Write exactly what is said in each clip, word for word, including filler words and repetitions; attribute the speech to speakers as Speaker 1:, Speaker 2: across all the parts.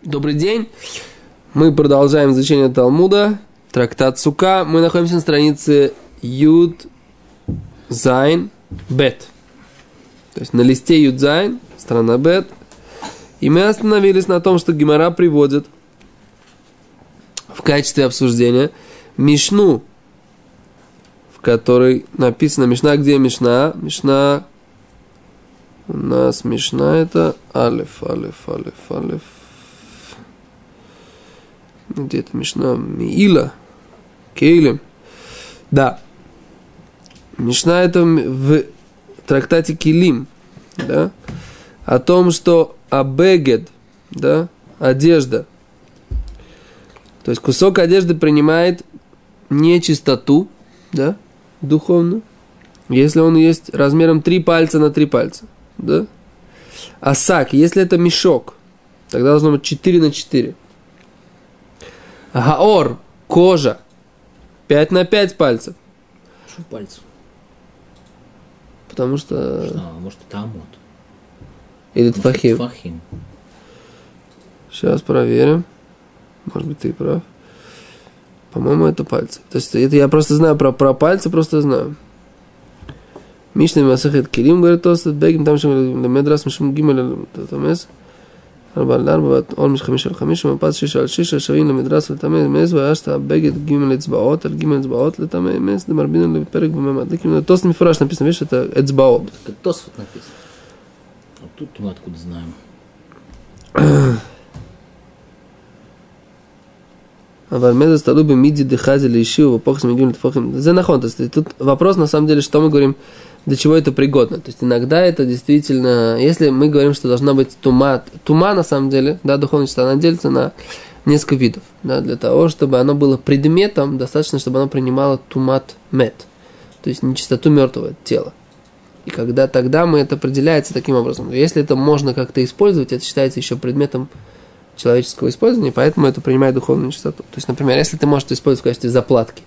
Speaker 1: Добрый день. Мы продолжаем изучение Талмуда, трактат Сука. Мы находимся на странице Юд Зайн Бет. То есть на листе Юд Зайн, страна Бет. И мы остановились на том, что Гемара приводит в качестве обсуждения Мишну, в которой написано Мишна, где Мишна? Мишна, у нас Мишна это Алеф, Алеф, Алеф, Алеф. Где-то Мишна Миила, Кейлем. Да. Мишна это в трактате Килим, да, о том, что абегед, да, одежда, то есть кусок одежды принимает нечистоту, да, духовную, если он есть размером три пальца на три пальца, да. А сак, если это мешок, тогда должно быть четыре на четыре. Гаор, кожа, пять на пять пальцев.
Speaker 2: Что пальцев?
Speaker 1: Потому что...
Speaker 2: что может, это амот.
Speaker 1: Или тфахим.
Speaker 2: Тфахим.
Speaker 1: Сейчас проверим. Может быть, ты прав. По-моему, это пальцы. То есть, это я просто знаю про, про пальцы, просто знаю. Мишна Масахет Килим говорит, что бегим там, что медрас мишум гимель тамес. ארבע על ארבע, עול מחמיש על חמיש, ומפץ שיש על שיש, השווים למדרס לטמא אמס, והישת הבגד גימל אצבעות, על גימל אצבעות לטמא אמס, דמרבינו לפרק בממדליקים, תוספות מפורש написано, видишь, это אצבעות.
Speaker 2: Так Тосфот написано. А тут мы откуда знаем?
Speaker 1: אבל מזס תלוי במידי דחזי לאישי ובפוחס מגיעים לתפוחים. זה נכון, то есть тут вопрос на самом деле, что мы говорим, для чего это пригодно. То есть иногда это действительно, если мы говорим, что должна быть тума, тума на самом деле, да, духовная чистота, она делится на несколько видов. Да, для того, чтобы оно было предметом, достаточно, чтобы оно принимало тумат мет, то есть нечистоту мертвого тела. И когда тогда мы это определяется таким образом. Если это можно как-то использовать, это считается еще предметом человеческого использования, поэтому это принимает духовную чистоту. То есть, например, если ты можешь это использовать в качестве заплатки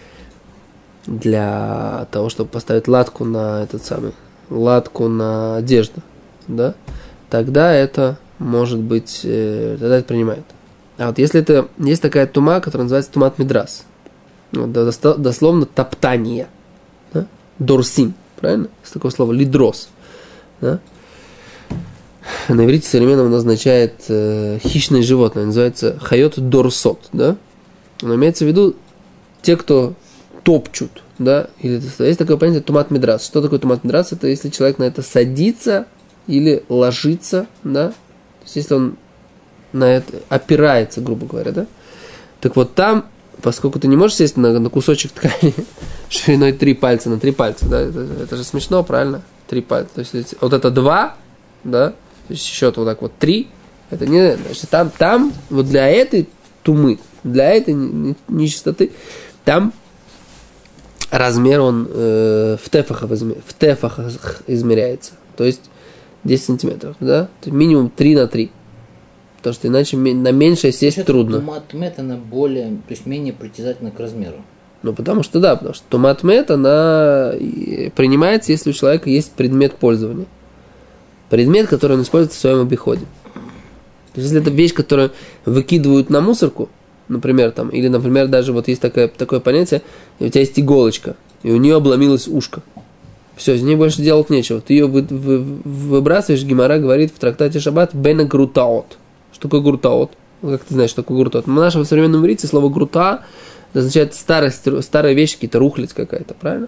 Speaker 1: для того, чтобы поставить латку на этот самый, латку на одежду, да, тогда это может быть, э, тогда это принимает. А вот если это, есть такая тума, которая называется тумат мидрас, вот, дословно топтание, да? Дорсим, правильно? Есть такое слово лидрос, да? На иврите современном оно означает э, хищное животное, называется хайот дорсот, да? Но имеется в виду те, кто топчут, да? Или есть такое понятие тумат мидрас. Что такое тумат мидрас? Это если человек на это садится или ложится, да? То есть если он на это опирается, грубо говоря, да? Так вот там, поскольку ты не можешь сесть на, на кусочек ткани шириной три пальца на три пальца, да? Это, это же смешно, правильно? Три пальца. То есть вот это два, да? То есть счет вот так вот три. Это не, значит, там, там вот для этой тумы, для этой нечистоты, там размер он э, в тефахах, в тефахах измеряется. То есть десять сантиметров, да? То есть минимум три на три. Потому что иначе на меньшее сесть Значит, трудно.
Speaker 2: Тумат мет, она более, то есть менее притязательна к размеру.
Speaker 1: Ну, потому что да, потому что тумат мет, она принимается, если у человека есть предмет пользования. Предмет, который он использует в своем обиходе. То есть, если это вещь, которую выкидывают на мусорку, например, там, или, например, даже вот есть такое, такое понятие, у тебя есть иголочка, и у нее обломилось ушко. Все, с ней больше делать нечего. Ты ее вы, вы, выбрасываешь, Гемара говорит в трактате Шаббат бена грутаот. Что такое грутаот? Ну, как ты знаешь, что такое грутаот? В нашем современном иврите слово грута означает старость, старая вещь, какие-то рухлядь какая-то, правильно?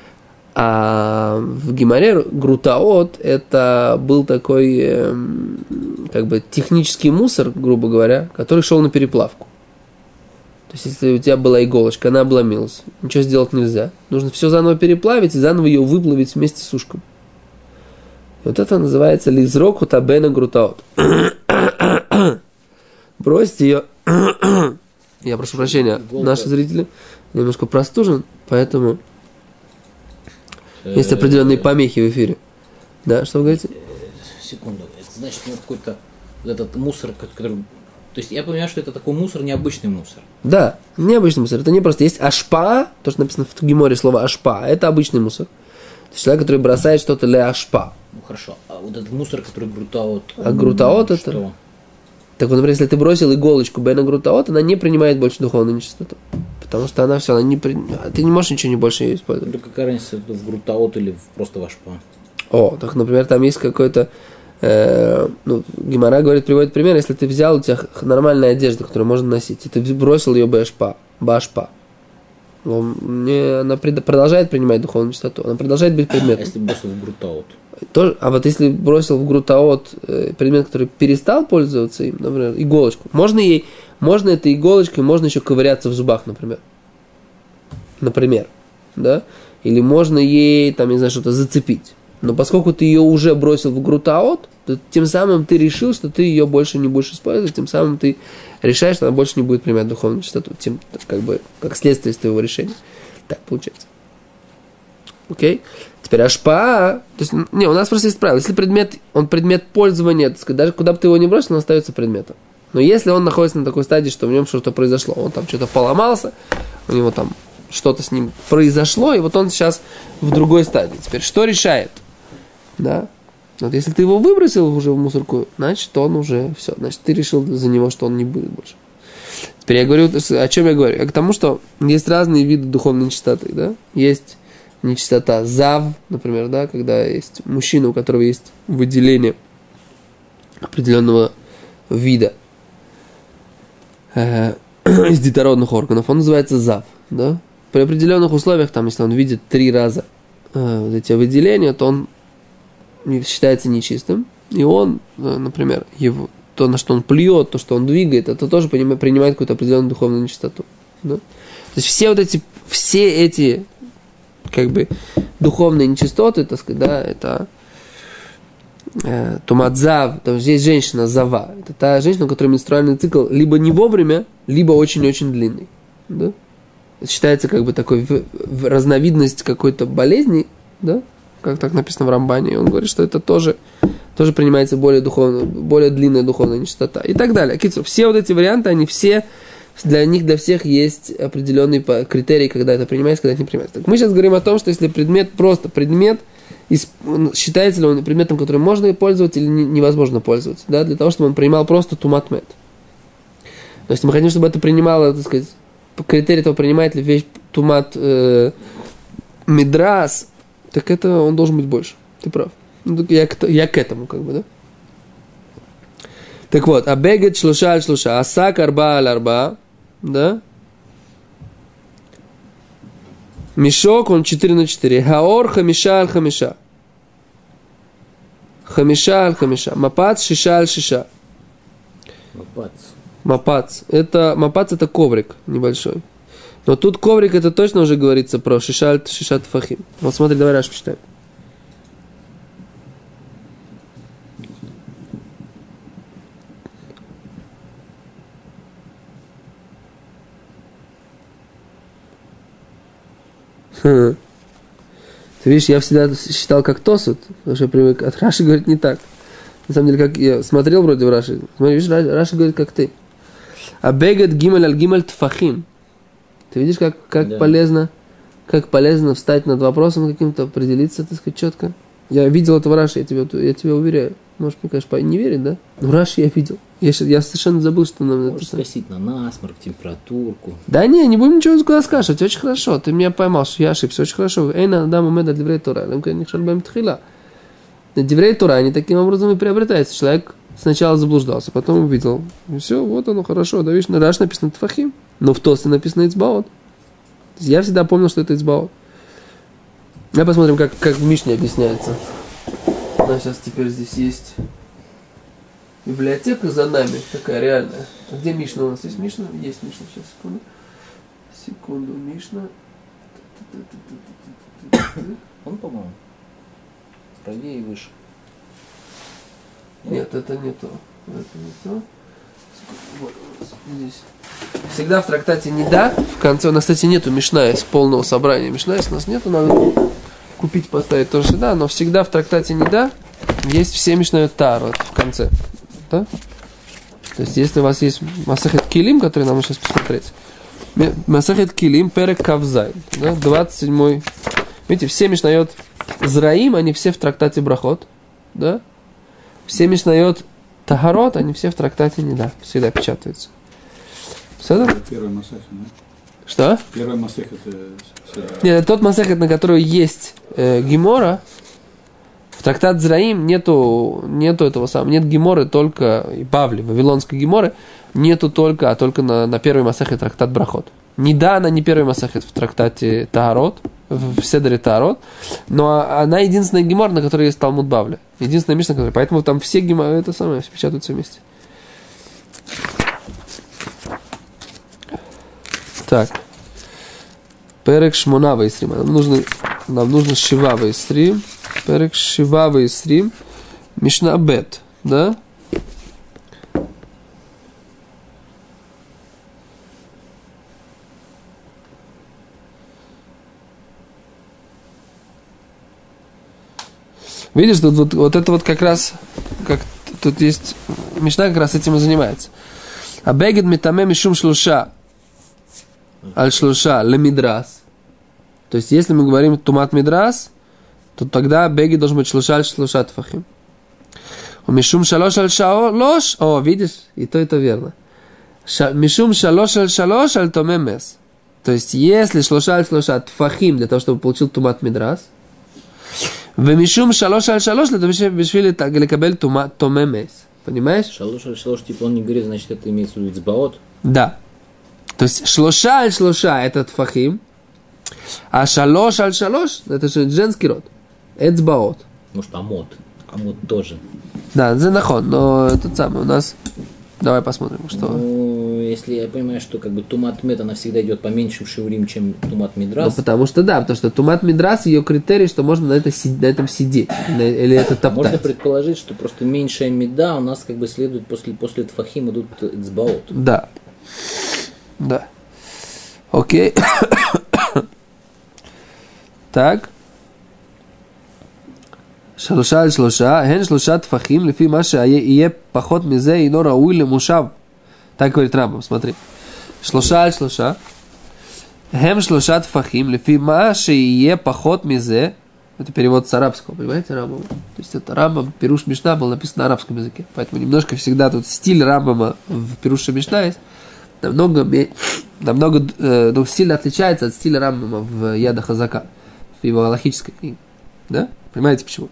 Speaker 1: А в Гемаре грутаот это был такой э, как бы технический мусор, грубо говоря, который шел на переплавку. То есть, если у тебя была иголочка, она обломилась, ничего сделать нельзя. Нужно все заново переплавить и заново ее выплавить вместе с ушком. И вот это называется лизроку табена грутаот. Бросьте ее. Я прошу прощения, наши зрители немножко простужен, поэтому есть определенные помехи в эфире. Да, что вы говорите?
Speaker 2: Секунду. Это значит, ну, какой-то вот этот мусор, который... То есть я понимаю, что это такой мусор, необычный мусор.
Speaker 1: Да, необычный мусор. Это не просто есть ашпа, то, что написано в Геморе слово ашпа, это обычный мусор. То есть человек, который бросает что-то ле ашпа.
Speaker 2: Ну хорошо. А вот этот мусор, который грутаот.
Speaker 1: А грутаот это? Так вот, например, если ты бросил иголочку бен агрутаот, она не принимает больше духовную нечистоту. Потому что она все, она не при... ты не можешь ничего не больше ее использовать.
Speaker 2: Ну, какая разница, в грутаот или в просто в ашпа?
Speaker 1: О, так, например, там есть какой-то, э, ну, Гемара говорит, приводит пример, если ты взял, у тебя нормальная одежда, которую можно носить, и ты бросил ее башпа, башпа, не, она пред, продолжает принимать духовную чистоту, она продолжает быть предметом.
Speaker 2: А если бросил в грутаот?
Speaker 1: Тоже, а вот если бросил в грутаот э, предмет, который перестал пользоваться им, например, иголочку, можно ей, можно этой иголочкой, можно еще ковыряться в зубах, например. Например, да? Или можно ей, там, не знаю, что-то зацепить. Но поскольку ты ее уже бросил в грутаот, то тем самым ты решил, что ты ее больше не будешь использовать, тем самым ты решаешь, что она больше не будет принимать духовную чистоту, тем, как бы, как следствие из твоего решения. Так получается. Окей? Теперь ашпа, то есть, не, у нас просто есть правило, если предмет, он предмет пользования, так сказать, даже куда бы ты его ни бросил, он остается предметом. Но если он находится на такой стадии, что в нем что-то произошло, он там что-то поломался, у него там что-то с ним произошло, и вот он сейчас в другой стадии. Теперь, что решает? Да? Вот если ты его выбросил уже в мусорку, значит, он уже все, значит, ты решил за него, что он не будет больше. Теперь я говорю, о чем я говорю? К тому, что есть разные виды духовной нечистоты, да? Есть нечистота зав, например, да, когда есть мужчина, у которого есть выделение определенного вида э, из детородных органов, он называется зав, да? При определенных условиях, там, если он видит три раза э, вот эти выделения, то он считается нечистым, и он, э, например, его, то, на что он плюет, то, что он двигает, это тоже принимает, принимает какую-то определенную духовную нечистоту. Да? То есть все вот эти, все эти как бы духовные нечистоты, так сказать, да, это э, тумадзав, там есть женщина зава, это та женщина, у которой менструальный цикл либо не вовремя, либо очень-очень длинный. Да? Это считается как бы такой в, в разновидность какой-то болезни, да, как так написано в Рамбане, и он говорит, что это тоже, тоже принимается более, духовно, более длинная духовная нечистота и так далее. Кицу, все вот эти варианты, они все, для них, для всех есть определенные критерии, когда это принимается, когда это не принимается. Так мы сейчас говорим о том, что если предмет просто предмет, считается ли он предметом, которым можно пользоваться или невозможно пользоваться, да, для того, чтобы он принимал просто тумат-мет. Но если мы хотим, чтобы это принимало, так сказать, критерий того, принимает ли вещь тумат э, мидрас, так это он должен быть больше. Ты прав. Ну, я, я к этому, как бы, да? Так вот, абегет шлуша аль шлуша, асак арба аль арба, да? Мешок, он четыре на четыре. Хаор хамиша аль хамиша. Хамиша аль хамиша. Мапац шиша аль шиша.
Speaker 2: Мапац.
Speaker 1: Мапац. Это, мапац это коврик небольшой. Но тут коврик, это точно уже говорится про шишат, шишат фахим. Вот смотри, давай Раши почитаем. Хм. Ты видишь, я всегда считал как Тосут, потому что я привык. От Раши говорит не так. На самом деле, как я смотрел вроде в Раши. Смотри, видишь, Раши говорит как ты. А бегет гимель аль гимель тфахим. Ты видишь, как, как да. полезно, как полезно встать над вопросом каким-то, определиться, так сказать, четко. Я видел это в Раши, я тебе, я тебе уверяю. Может, мне, конечно, не верить, да? Но Раши я видел. Я, я совершенно забыл, что нам...
Speaker 2: Можешь спросить на насморк, температурку.
Speaker 1: Да не, не будем ничего никуда скажешь. Очень хорошо. Ты меня поймал, что я ошибся. Очень хорошо. Эйна адам умеда диврей Тора. Диврей Тора, они таким образом и приобретаются. Человек сначала заблуждался, потом увидел. И все, вот оно, хорошо. Да видишь, на Раши написано Тфахим. Но в Тосе написано Ицбаот. Я всегда помнил, что это Ицбаот. Давай посмотрим, как, как в Мишне объясняется. У нас сейчас теперь здесь есть библиотека за нами, такая реальная. А где Мишна у нас? Есть Мишна? Есть Мишна. Сейчас, секунду. Секунду, Мишна.
Speaker 2: Он, по-моему, правее и выше.
Speaker 1: Нет, это не то. Это не то. Вот, здесь. Всегда в трактате Нида, в конце, у нас, кстати, нету Мишна из полного собрания. Мишна из нас нету, надо купить, поставить тоже сюда, но всегда в трактате Нида есть все Мишнайот Таар вот, в конце. Да? То есть, если у вас есть Масехет Килим, который нам сейчас посмотреть, Масехет Килим, Перек Кавзай, да, двадцать седьмой. Видите, все Мишнайот Зраим, они все в трактате Брахот, да? Все Мишнайот Тагарот, они все в трактате не да, всегда печатаются. Все это?
Speaker 3: Первый масехет, да?
Speaker 1: Что?
Speaker 3: Первый масехет это...
Speaker 1: Нет, это тот масехет, на который есть э, гемора. В трактат Зраим нету, нету этого самого, нет геморы только, и Бавли, вавилонской геморы, нету только, а только на, на первый масехет трактат Брахот. Не да, она не первый масехет в трактате Таарот, в Седере Таарот, но она единственная гемора, на которой есть Талмуд Бавли. Единственная мишна, которая, поэтому там все геморы, это самое, все печатаются вместе. Так. Перек Шмона Вейсрим. Нам нужно, нам нужно Шива Вейсрим. Перек Шива Вейсрим. Мишна Бет. Да? Видишь, тут вот, вот это вот как раз, как тут есть, Мишна как раз этим и занимается. Абегет митаме мишум шлуша. Аль-шлуша лемидрас. То есть, если мы говорим тумат мидрас, то тогда беги должен быть шлуша аль-шлуша тфахим. У мишум шалош аль-шалош, о, видишь, и то, и то верно. Мишум шалош аль-шалош аль-томемес. То есть, если шлуша аль-шлуша тфахим, для того, чтобы получил тумат мидрас, в мишум шалош аль-шалош, для того, чтобы лекабель тумат томемес. Понимаешь?
Speaker 2: Шалош аль-шалош, типа он не говорит, значит, это имеется в виду ицбаот?
Speaker 1: Да. То есть шлоша аль-шлоша это тфахим, а шалош аль-шалош это же женский род. Эцбаот.
Speaker 2: Может, амот. Амот тоже.
Speaker 1: Да, это нахон, но тот самый у нас... Давай посмотрим, что...
Speaker 2: Ну, если я понимаю, что как бы тумат мед, она всегда идет по меньшим шиурим, чем тумат мидрас.
Speaker 1: Ну, потому что да, потому что тумат мидрас, ее критерий, что можно на, это, на этом сидеть, или это топтать.
Speaker 2: Можно предположить, что просто меньшая меда у нас как бы следует после, после тфахим идут эцбаот.
Speaker 1: Да. Да. Окей. Так. שלושה על שלושה, הן שלושה טפחים, לפי מה שיהיה פחות מזה, אינו ראוי למושב. Так говорит Рамбам, смотри. שלושה על שלושה, הם שלושה טפחים, לפי מה שיהיה פחות מזה, это перевод с арабского, понимаете, Рамбам? То есть это Рамбам, Пируш Мишна был написан на арабском языке, поэтому немножко всегда тут стиль Рамбама в Пируше Мишна есть, намного, намного э, ну, сильно отличается от стиля Рамбама в Яда Хазака, в его галахической книге. Да? Понимаете почему?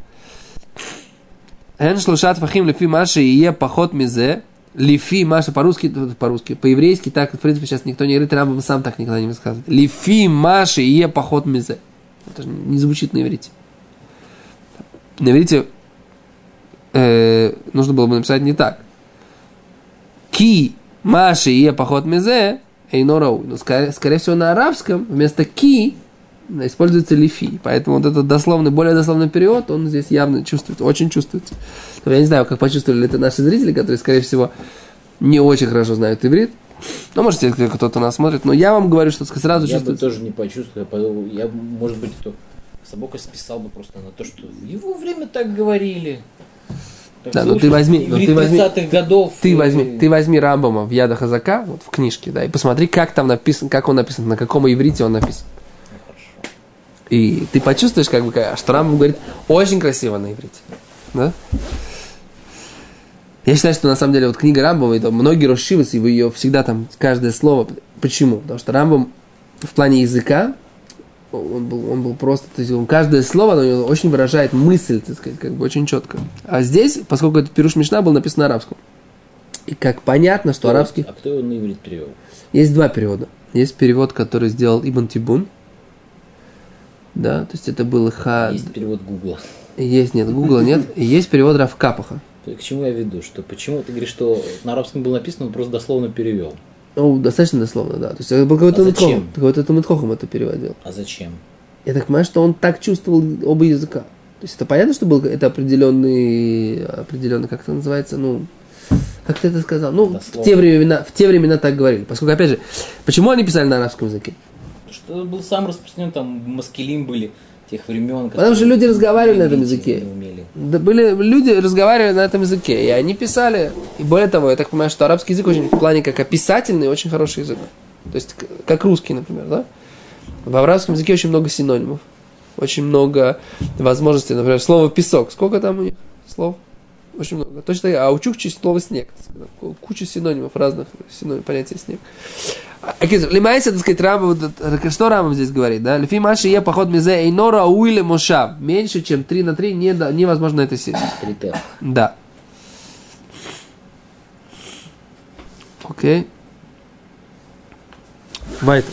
Speaker 1: Эн шлушат фахим лифи маши и е поход мизе. Лифи маша по-русски, по-русски, по-еврейски, так, в принципе, сейчас никто не говорит, Рамбам сам так никогда не высказывает. Лифи маши и е поход мизе. Это же не звучит на иврите. На иврите э, нужно было бы написать не так. Ки маши и е поход мизе эйно рау. Но, скорее, скорее всего, на арабском вместо ки используется лифи. Поэтому вот этот дословный, более дословный перевод, он здесь явно чувствуется, очень чувствуется. Я не знаю, как почувствовали это наши зрители, которые, скорее всего, не очень хорошо знают иврит. Ну, может, если кто-то нас смотрит, но я вам говорю, что сразу
Speaker 2: я
Speaker 1: чувствуется.
Speaker 2: Я бы тоже не почувствовал. Я, может быть, то Собока списал бы просто на то, что в его время так говорили. Так
Speaker 1: да, ну ты возьми, ну ты возьми,
Speaker 2: тридцатых годов.
Speaker 1: Ты возьми, ты возьми Рамбама в Яда Хазака, вот в книжке, да, и посмотри, как там написан, как он написан, на каком иврите он написан. И ты почувствуешь, как бы, что Рамбам говорит очень красиво на иврите. Да? Я считаю, что на самом деле вот книга Рамбама, это многие Рошивас, его ее всегда там, каждое слово. Почему? Потому что Рамбам в плане языка, он был, он был просто, то есть он, каждое слово оно очень выражает мысль, так сказать, как бы очень четко. А здесь, поскольку этот Пируш Мишна был написан на арабском, и как понятно, что
Speaker 2: кто,
Speaker 1: арабский...
Speaker 2: А кто его на иврит перевел?
Speaker 1: Есть два перевода. Есть перевод, который сделал Ибн Тибун. Да, то есть это был Хад.
Speaker 2: Есть перевод Гугла.
Speaker 1: Есть, нет, Гугла нет. И есть перевод Рав Капаха.
Speaker 2: К чему я веду? Что почему ты говоришь, что на арабском было написано, он просто дословно перевел?
Speaker 1: Ну, достаточно дословно, да. То есть это был какой-то
Speaker 2: а зачем?
Speaker 1: Митхохом. Какой-то Талмуд это переводил.
Speaker 2: А зачем?
Speaker 1: Я так понимаю, что он так чувствовал оба языка. То есть это понятно, что был это определенный, определенный, как это называется, ну, как ты это сказал? Ну, в те, времена, в те времена так говорили. Поскольку, опять же, почему они писали на арабском языке?
Speaker 2: Что был сам распространен, там маскилим были тех времен.
Speaker 1: Потому что люди разговаривали на этом языке. Да, были люди разговаривали на этом языке, и они писали. И более того, я так понимаю, что арабский язык очень в плане как описательный, очень хороший язык. То есть как русский, например, да? В арабском языке очень много синонимов, очень много возможностей. Например, слово песок. Сколько там у них слов? Очень много. Точно так. А у чукчи слово снег. Куча синонимов разных, синонимов понятия снег. Лимайся, так сказать, Рамбам, что Рамбам здесь говорит, да? Лифи маши е поход мизе эйнора уиле мошав. Меньше, чем три на три не, невозможно это сесть. Да. Окей. Вайт.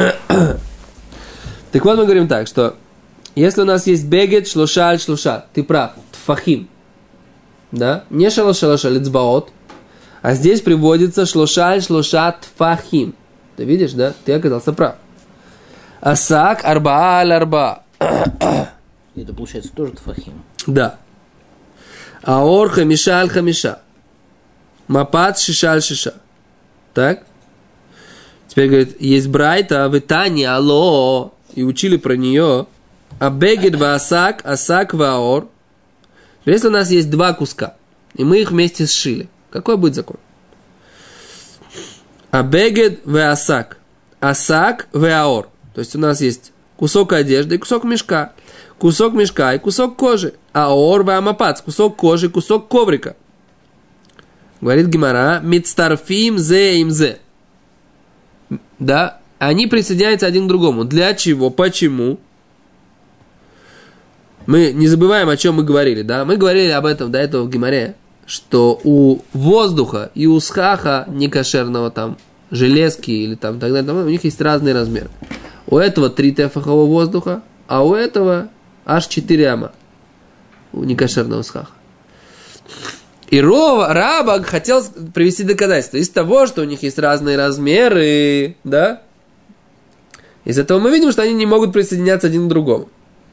Speaker 1: Так вот мы говорим так, что если у нас есть бегет, шлушаль, шлуша, ты прав, тфахим, да, не шалошалоша лицбаот, а здесь приводится шлушаль, шлуша, тфахим. Ты видишь, да? Ты оказался прав. Асак, арба, аль, арба.
Speaker 2: Это получается тоже тфахим.
Speaker 1: Да. Аор, хамиша, аль, хамиша. Мапат, шиша, аль, шиша. Так? Теперь, говорит, есть брайта, в Итане, алло, и учили про нее. А бегет в асак, асак в аор. Если у нас есть два куска, и мы их вместе сшили, какой будет закон? А бегет в асак, асак в аор. То есть у нас есть кусок одежды и кусок мешка. Кусок мешка и кусок кожи. Аор в амапац, кусок кожи и кусок коврика. Говорит Гемара, мицтарфим зе им зе. Да, они присоединяются один к другому. Для чего? Почему? Мы не забываем, о чем мы говорили, да? Мы говорили об этом до этого в Гемаре, что у воздуха и у схаха некошерного там железки или там так далее, там, у них есть разные размеры. У этого три тефахового воздуха, а у этого аж четыре ама. У некошерного схаха. И Рова, Рабак хотел привести доказательства из того, что у них есть разные размеры, да? Из этого мы видим, что они не могут присоединяться один к другому.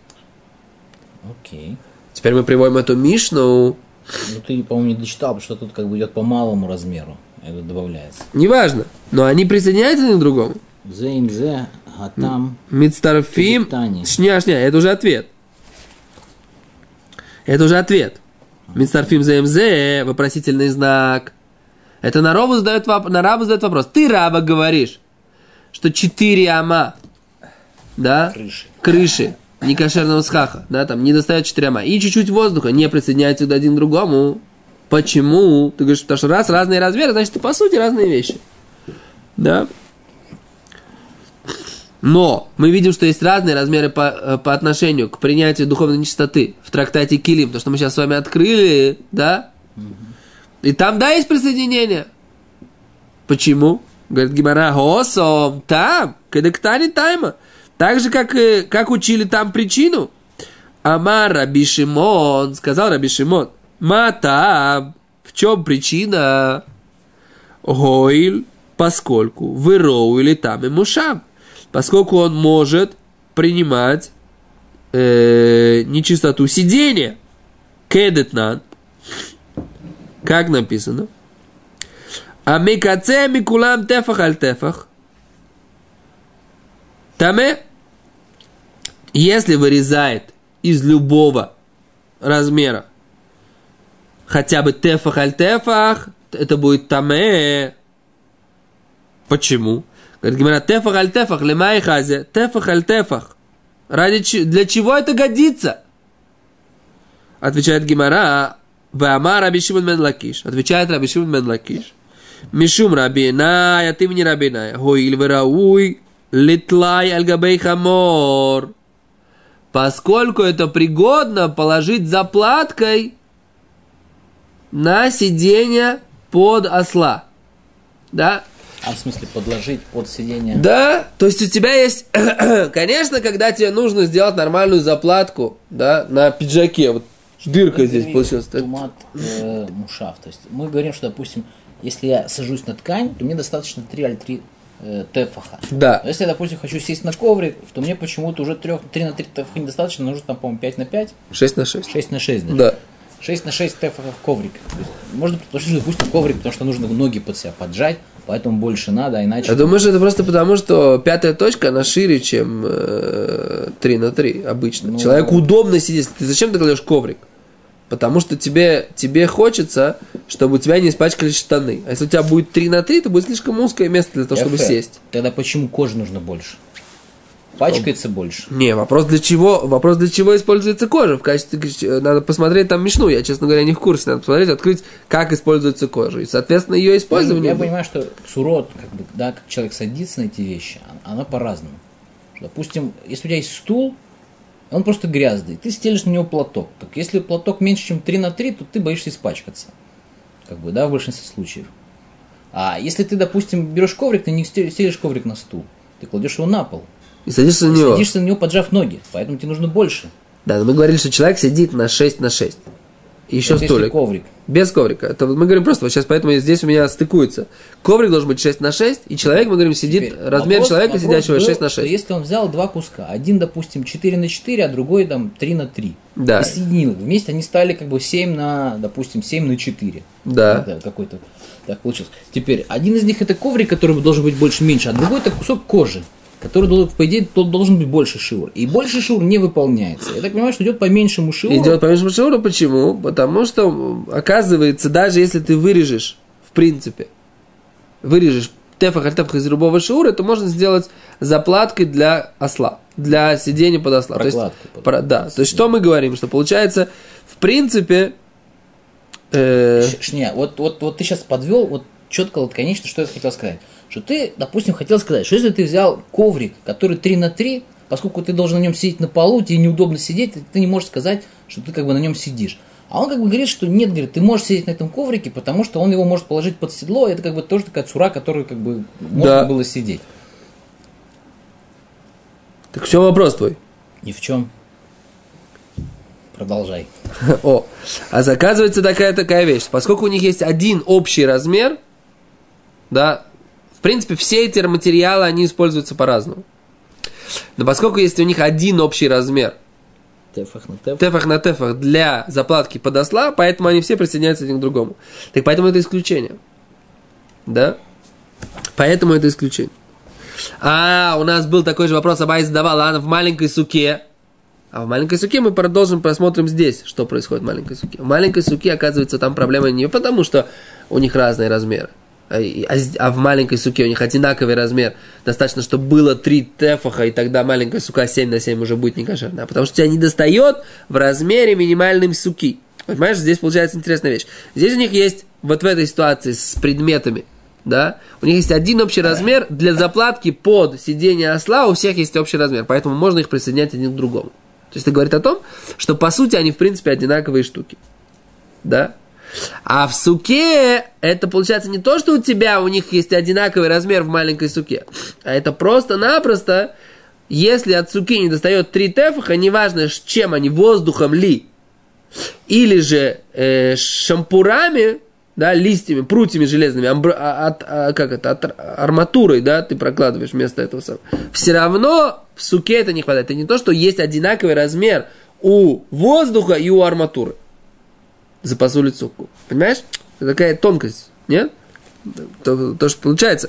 Speaker 2: Окей.
Speaker 1: Теперь мы приводим эту Мишну.
Speaker 2: Ну ты, по-моему, не дочитал, потому что тут как бы идет по малому размеру. Это добавляется.
Speaker 1: Неважно, но они присоединяются один к другому.
Speaker 2: Зе им зе, а там...
Speaker 1: Мицтарфим. Шня, шня, это уже ответ. Это уже ответ. Мицтарфим зе им зе, вопросительный знак. Это на Раву задает, воп... на Рабу задает вопрос. Ты, Раба, говоришь, что четыре ама, да,
Speaker 2: крыши,
Speaker 1: крыши некошерного схаха, да, там не достает четыре ама, и чуть-чуть воздуха не присоединяются один к другому. Почему? Ты говоришь, потому что раз разные размеры, значит, это по сути разные вещи. Да? Но мы видим, что есть разные размеры по, по отношению к принятию духовной нечистоты в трактате Килим, то, что мы сейчас с вами открыли, да? И там, да, есть присоединение. Почему? Говорит Гемара, осом, там, кедектани тайма. Так же, как, как учили там причину. Амар Раби Шимон, сказал Раби Шимон, мата, в чем причина? Гоиль, поскольку выроу или там и мушам. Поскольку он может принимать э, нечистоту сидения. Кедетнан. Как написано? А микаце микулам тефах аль тефах. Таме, если вырезает из любого размера хотя бы тефах аль тефах, это будет таме. Почему? Говорит Гемара, тефах аль тефах, лемай хазе, тефах аль тефах. Ради ч... Для чего это годится? Отвечает Гемара, ваама Раби Шимон бен Лакиш. Отвечает Раби Шимон бен Лакиш. Мишум Рабинай, от имени Рабинай. Хоиль верауй, литлай аль-габей хамор. Поскольку это пригодно положить заплаткой на сиденье под осла. Да?
Speaker 2: А в смысле подложить под сиденье?
Speaker 1: Да, то есть у тебя есть, конечно, когда тебе нужно сделать нормальную заплатку, да, на пиджаке, вот дырка
Speaker 2: это
Speaker 1: здесь получилась.
Speaker 2: Тумат э, мушав. То есть мы говорим, что, допустим, если я сажусь на ткань, то мне достаточно три аль три э, тефаха.
Speaker 1: Да.
Speaker 2: Но если я, допустим, хочу сесть на коврик, то мне почему-то уже три на три тефаха недостаточно, нужно там, по-моему, пять на пять.
Speaker 1: шесть на шесть.
Speaker 2: шесть на шесть, да?
Speaker 1: Да.
Speaker 2: шесть на шесть тефахов коврик. То есть можно предположить, что допустим коврик, потому что нужно ноги под себя поджать, поэтому больше надо, а иначе...
Speaker 1: Я думаю, что это просто потому, что пятая точка, она шире, чем э, три на три обычно. Ну, человеку удобно сидеть. Ты зачем ты кладешь коврик? Потому что тебе, тебе хочется, чтобы у тебя не испачкались штаны. А если у тебя будет три на три, то будет слишком узкое место для того, чтобы
Speaker 2: Эфе.
Speaker 1: сесть.
Speaker 2: Тогда почему кожи нужно больше? пачкается больше.
Speaker 1: Не, вопрос для чего, вопрос для чего используется кожа. В качестве, надо посмотреть там Мишну, я, честно говоря, не в курсе, надо посмотреть, открыть, как используется кожа. И, соответственно, ее использование...
Speaker 2: Я, я понимаю, что сурот, как бы, да, как человек садится на эти вещи, оно по-разному. Допустим, если у тебя есть стул, он просто грязный, ты стелишь на него платок. Так если платок меньше, чем три на три, то ты боишься испачкаться. Как бы, да, в большинстве случаев. А если ты, допустим, берешь коврик, ты не стелишь коврик на стул, ты кладешь его на пол.
Speaker 1: И садишься на
Speaker 2: и
Speaker 1: него.
Speaker 2: Садишься на него, поджав ноги, поэтому тебе нужно больше.
Speaker 1: Да, но мы говорили, что человек сидит на шесть на шесть. И еще
Speaker 2: это
Speaker 1: столик.
Speaker 2: Коврик.
Speaker 1: Без коврика. Это мы говорим просто, вот сейчас поэтому здесь у меня стыкуется. Коврик должен быть шесть на шесть, и человек, мы говорим, сидит,
Speaker 2: Теперь,
Speaker 1: размер
Speaker 2: вопрос,
Speaker 1: человека,
Speaker 2: вопрос
Speaker 1: сидящего
Speaker 2: был,
Speaker 1: шесть на шесть.
Speaker 2: Если он взял два куска, один, допустим, четыре на четыре, а другой там три на три.
Speaker 1: Да.
Speaker 2: И соединил их. Вместе они стали как бы семь на, допустим, семь на четыре.
Speaker 1: Да.
Speaker 2: Это какой-то так получилось. Теперь, один из них это коврик, который должен быть больше-меньше, а другой это кусок кожи, который, по идее, должен быть больше шиур. И больше шиур не выполняется. Я так понимаю, что идет по меньшему шиуру.
Speaker 1: Идет по меньшему шиуру. Почему? Потому что, оказывается, даже если ты вырежешь, в принципе, вырежешь тефах аль тефах из любого шиура, то можно сделать заплаткой для осла, для сидения под осла.
Speaker 2: Прокладку.
Speaker 1: То есть, про, да, то есть, что мы говорим? Что получается, в принципе... Э...
Speaker 2: Шня, вот, вот, вот ты сейчас подвел вот четко, вот, конечно, что я хотел сказать. Что ты, допустим, хотел сказать, что если ты взял коврик, который три на три, поскольку ты должен на нем сидеть на полу, тебе неудобно сидеть, ты не можешь сказать, что ты как бы на нем сидишь. А он как бы говорит, что нет, говорит, ты можешь сидеть на этом коврике, потому что он его может положить под седло, и это как бы тоже такая цура, которую как бы можно
Speaker 1: да.
Speaker 2: было сидеть.
Speaker 1: Так в чем вопрос твой?
Speaker 2: Ни в чем. Продолжай.
Speaker 1: О, а заказывается такая такая вещь, поскольку у них есть один общий размер, да, в принципе, все эти материалы, они используются по-разному. Но поскольку есть у них один общий размер,
Speaker 2: тефах на тефах,
Speaker 1: тефах на тефах для заплатки под осла, поэтому они все присоединяются один к другому. Так поэтому это исключение. Да? Поэтому это исключение. А, у нас был такой же вопрос, Абай задавал, а в маленькой суке. А в маленькой суке мы продолжим, просмотрим здесь, что происходит в маленькой суке. В маленькой суке, оказывается, там проблема не потому, что у них разные размеры. А, а в маленькой суке у них одинаковый размер. Достаточно, чтобы было три тефаха, и тогда маленькая сука семь на семь уже будет некошерная. А потому что тебя не достает в размере минимальной суки. Понимаешь, здесь получается интересная вещь. Здесь у них есть, вот в этой ситуации с предметами, да, у них есть один общий размер для заплатки под сиденье осла, у всех есть общий размер, поэтому можно их присоединять один к другому. То есть это говорит о том, что по сути они в принципе одинаковые штуки. Да? А в суке это получается не то, что у тебя, у них есть одинаковый размер в маленькой суке, а это просто-напросто, если от суки не достает три тефаха, неважно, чем они, воздухом ли, или же э, шампурами, да, листьями, прутьями железными, амбр, от, от, как это, от арматурой, да, ты прокладываешь вместо этого самого. Все равно в суке это не хватает. Это не то, что есть одинаковый размер у воздуха и у арматуры. Запасули суку. Понимаешь? Это такая тонкость, нет? То, то что получается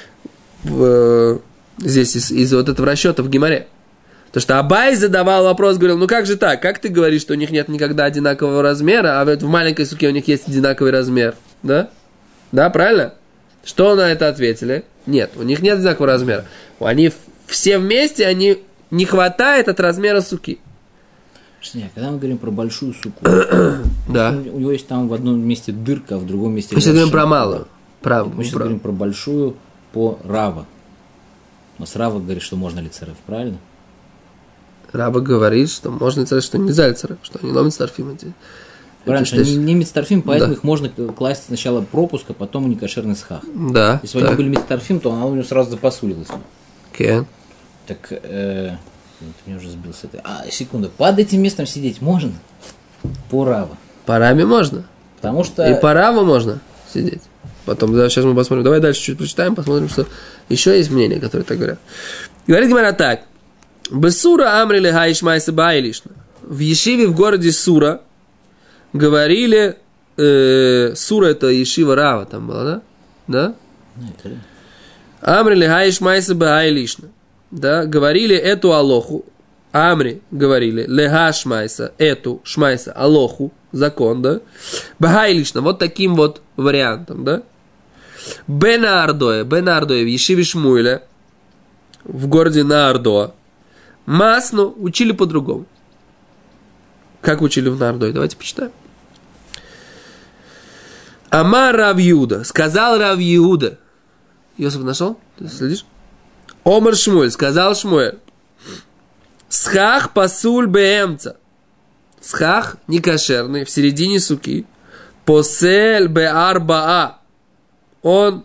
Speaker 1: в, здесь из, из вот этого расчета в Гемаре. То, что Абай задавал вопрос, говорил, ну как же так? Как ты говоришь, что у них нет никогда одинакового размера, а вот в маленькой суке у них есть одинаковый размер? Да? Да, правильно? Что на это ответили? Нет, у них нет одинакового размера. Они все вместе, они не хватает от размера суки.
Speaker 2: Нет, когда мы говорим про большую суку,
Speaker 1: да.
Speaker 2: У него есть там в одном месте дырка, а в другом месте...
Speaker 1: Мы сейчас говорим про малую. Про,
Speaker 2: мы сейчас
Speaker 1: про...
Speaker 2: говорим про большую по Рава. Но с Рава говорит, что можно лицерев, правильно?
Speaker 1: Раба говорит, что можно лицерев, что нельзя лицерев, что они ломят старфим эти.
Speaker 2: Правильно, что они не мицтарфим, поэтому да. Их можно класть сначала пропуск, а потом некошерный схах.
Speaker 1: Да.
Speaker 2: Если бы они были мицтарфим, то она у него сразу запасулилась.
Speaker 1: Okay.
Speaker 2: Так... Э... Ты меня уже сбил с этой. А, секунду. Под этим местом сидеть можно? По Рава.
Speaker 1: По Раве можно.
Speaker 2: Потому что...
Speaker 1: И по Раву можно сидеть. Потом, да, сейчас мы посмотрим. Давай дальше чуть прочитаем, посмотрим, что еще есть мнения, которые так говорят. Говорит Гемара так. Бесура амри леха ишмайса баилишна. В Ешиве в городе Сура говорили... Э, Сура это Ешива Рава там была, да? Да? Амри леха ишмайса баилишна. Да, говорили эту алоху, Амри говорили, лега шмайса, эту шмайса, алоху, закон, да, Багай лично, вот таким вот вариантом, да, Бена Ардоя, Бена Ардоя в Ешиве Шмуэля, в городе Наардоа, Масну учили по-другому. Как учили в Нардой? Давайте почитаем. Амар Рав Иуда. Сказал Рав Иуда. Йосиф нашел? Ты следишь? Омар Шмуэль. Сказал Шмуэль. Схах пасуль беэмца. Схах некошерный в середине суки. Посель беарбаа. Он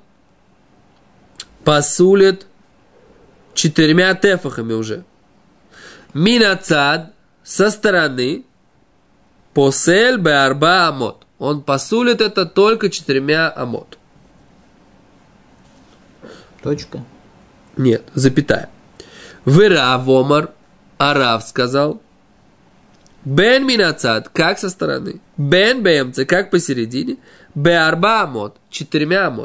Speaker 1: пасулит четырьмя тефахами уже. Минацад со стороны. Посель беарба амот. Он пасулит это только четырьмя амот.
Speaker 2: Точка.
Speaker 1: Нет, запятая. Вырав омар. Арав сказал. Бен минацад, как со стороны. Бен бемце, как посередине. Беарба амот, четырьмя амот.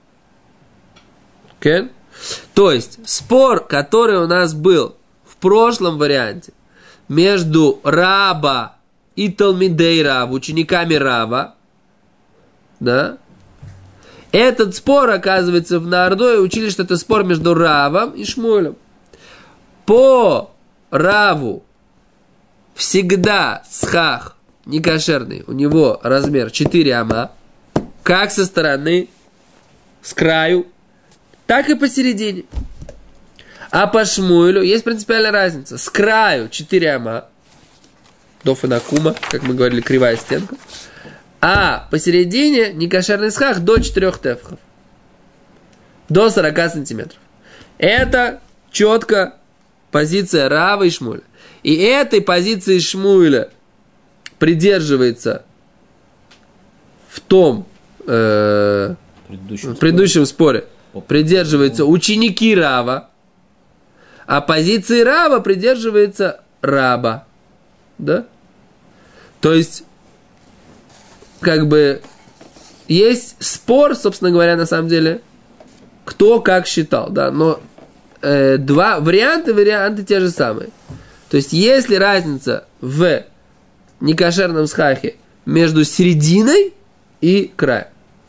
Speaker 1: Okay? То есть, спор, который у нас был в прошлом варианте между Раба и Талмидей Рава, учениками Рава, да, этот спор, оказывается, в Наардое учили, что это спор между Равом и Шмуэлем. По Раву всегда схах некошерный, у него размер четыре ама, как со стороны, с краю, так и посередине. А по Шмуэлю есть принципиальная разница. С краю четыре ама, дофанакума, как мы говорили, кривая стенка, а посередине некошерный схах до четырех тефахов, до сорока сантиметров. Это четко позиция Рава и Шмуэля. И этой позиции Шмуэля придерживается в том э,
Speaker 2: предыдущем
Speaker 1: в предыдущем споре,
Speaker 2: споре
Speaker 1: придерживаются ученики Рава, а позиции Рава придерживается Раба. Да? То есть, как бы, есть спор, собственно говоря, на самом деле, кто как считал, да, но э, два варианта, варианты те же самые. То есть, есть ли разница в некошерном схахе между серединой и краем?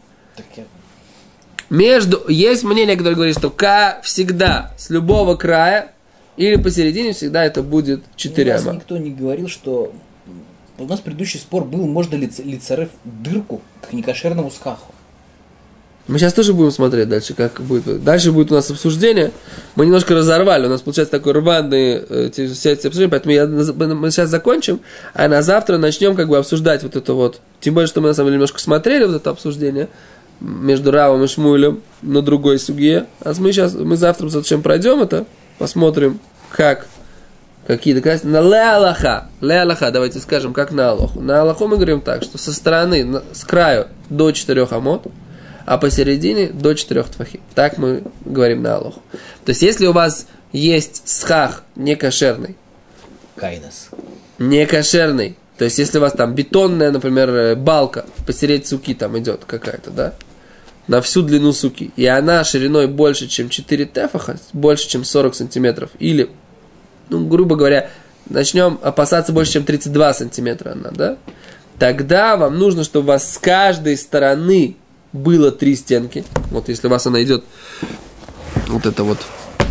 Speaker 1: Между, есть мнение, которое говорит, что К всегда с любого края или посередине всегда это будет четыре ама.
Speaker 2: У нас никто не говорил, что... У нас предыдущий спор был, можно ли лицарев дырку к некошерному схаху.
Speaker 1: Мы сейчас тоже будем смотреть дальше, как будет. Дальше будет у нас обсуждение. Мы немножко разорвали. У нас получается такой рваный э, все эти обсуждения. Поэтому я, мы сейчас закончим, а на завтра начнем как бы обсуждать вот это вот. Тем более, что мы на самом деле немножко смотрели вот это обсуждение между Равом и Шмуэлем на другой суге. А мы сейчас, мы завтра зачем пройдем это, посмотрим, как, какие доказательства. На ле Аллаха. Ле Аллаха, давайте скажем, как на Аллаху. На Аллаху мы говорим так, что со стороны, с краю до четырех амот, а посередине до четырех твахим. Так мы говорим на Аллаху. То есть, если у вас есть схах некошерный,
Speaker 2: Кайнес.
Speaker 1: некошерный, то есть, если у вас там бетонная, например, балка посередине суки там идет какая-то, да, на всю длину суки, и она шириной больше, чем четыре тефаха, больше, чем сорок сантиметров, или, ну, грубо говоря, начнем опасаться больше, чем тридцать два сантиметра она, да, тогда вам нужно, чтобы у вас с каждой стороны было три стенки. Вот если у вас она идет, вот это вот,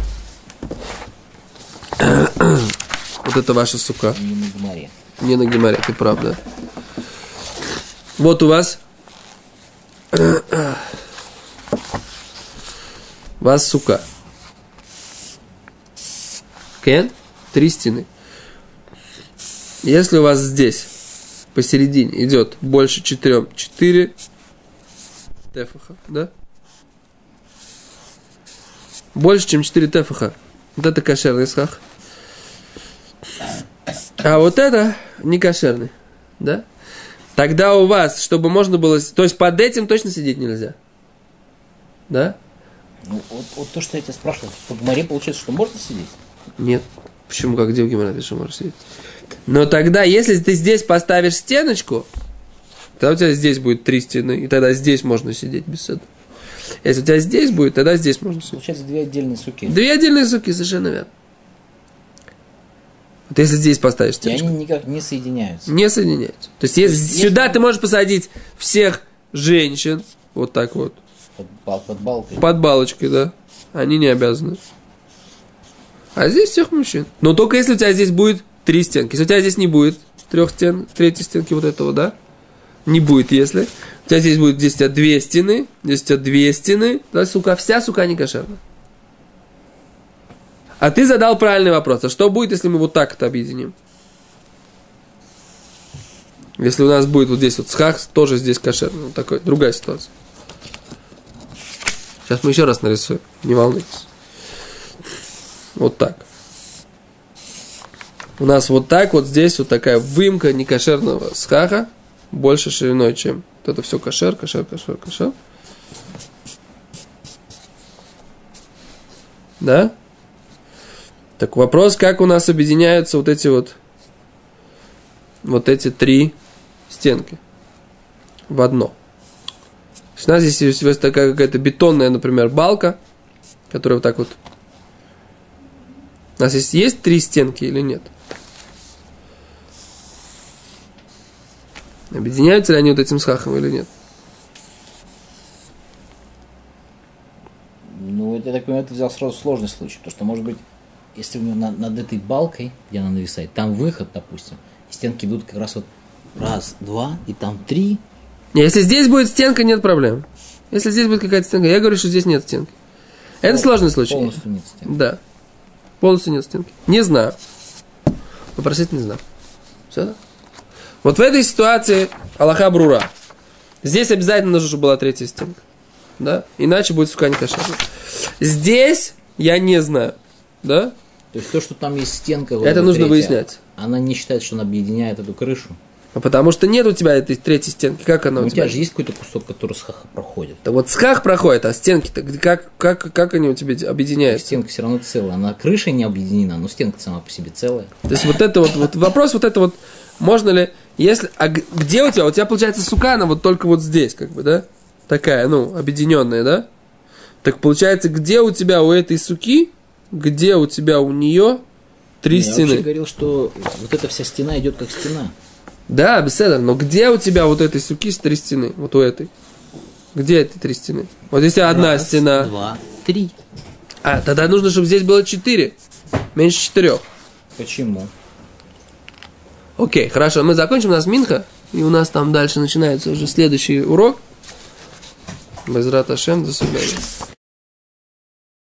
Speaker 1: вот это ваша сука.
Speaker 2: Не на геморе.
Speaker 1: Не на геморе, ты прав, да. Вот у вас у вас сука. Кен? Три стены. Если у вас здесь посередине идет больше четырем, четыре тефаха, да? Больше, чем четыре тефаха. Вот это кошерный схах. А вот это не кошерный, да? Тогда у вас, чтобы можно было... То есть под этим точно сидеть нельзя. Да?
Speaker 2: Ну, вот, вот то, что я тебя спрашивал, по геморе получается, что можно сидеть?
Speaker 1: Нет. Почему, как где в геморе, что можешь сидеть? Но тогда, если ты здесь поставишь стеночку, тогда у тебя здесь будет три стены, и тогда здесь можно сидеть без этого. Если у тебя здесь будет, тогда здесь можно сидеть.
Speaker 2: Получается, две отдельные суки.
Speaker 1: Две отдельные суки, совершенно верно. Вот если здесь поставишь стеночку.
Speaker 2: И они никак не соединяются.
Speaker 1: Не соединяются. То есть, если, если сюда ты можешь посадить всех женщин, вот так вот.
Speaker 2: Под, под балкой.
Speaker 1: Под балочкой, да. Они не обязаны. А здесь всех мужчин. Но только если у тебя здесь будет три стенки. Если у тебя здесь не будет трех стен, третьей стенки вот этого, да? Не будет, если. У тебя здесь будет, здесь у тебя две стены, здесь у тебя две стены. Да, сука, вся сука не кошерна. А ты задал правильный вопрос. А что будет, если мы вот так это объединим? Если у нас будет вот здесь вот схах, тоже здесь кошерно. Вот такой, другая ситуация. Сейчас мы еще раз нарисуем. Не волнуйтесь. Вот так. У нас вот так вот здесь вот такая выемка некошерного схаха. Больше шириной, чем вот это все кошер, кошер, кошер, кошер. Да? Так вопрос, как у нас объединяются вот эти вот вот эти три стенки в одно. У нас здесь есть такая какая-то бетонная, например, балка, которая вот так вот. У нас есть, есть три стенки или нет? Объединяются ли они вот этим схахом или нет?
Speaker 2: Ну, это, я так понимаю, ты взял сразу сложный случай, потому что, может быть, если у него над, над этой балкой, где она нависает, там выход, допустим, и стенки идут как раз вот раз, два, и там три.
Speaker 1: Не, если здесь будет стенка, нет проблем. Если здесь будет какая-то стенка, я говорю, что здесь нет стенки. Это Пол, сложный случай.
Speaker 2: Полностью нет стенки.
Speaker 1: Да. Полностью нет стенки. Не знаю. Попросить не знаю. Все? Вот в этой ситуации алаха брура. Здесь обязательно нужно, чтобы была третья стенка. Да? Иначе будет сука не кошерная. Здесь я не знаю. Да?
Speaker 2: То есть то, что там есть стенка, вот
Speaker 1: это нужно
Speaker 2: третья,
Speaker 1: выяснять.
Speaker 2: Она не считает, что она объединяет эту крышу.
Speaker 1: А потому что нет у тебя этой третьей стенки. Как она
Speaker 2: Но
Speaker 1: у,
Speaker 2: у
Speaker 1: тебя?
Speaker 2: тебя же есть какой-то кусок, который с хаха проходит.
Speaker 1: Да вот схах проходит, а стенки-то как, как, как они у тебя объединяются?
Speaker 2: Стенка все равно целая. Она крыша не объединена, но стенка сама по себе целая.
Speaker 1: То есть вот это вот, вот вопрос вот это вот, можно ли, если, а где у тебя? У тебя получается сука, она вот только вот здесь, как бы, да? Такая, ну, объединенная, да? Так получается, где у тебя у этой суки, где у тебя у нее три
Speaker 2: Я
Speaker 1: стены?
Speaker 2: Я вообще говорил, что вот эта вся стена идет как стена.
Speaker 1: Да, беседа, но где у тебя вот этой суки с три стены? Вот у этой. Где эти три стены? Вот здесь одна
Speaker 2: Раз,
Speaker 1: стена.
Speaker 2: Два, три.
Speaker 1: А, тогда нужно, чтобы здесь было четыре. Меньше четырех.
Speaker 2: Почему?
Speaker 1: Окей, хорошо, мы закончим, у нас Минха, и у нас там дальше начинается уже следующий урок. Безрат Ашем, до свидания.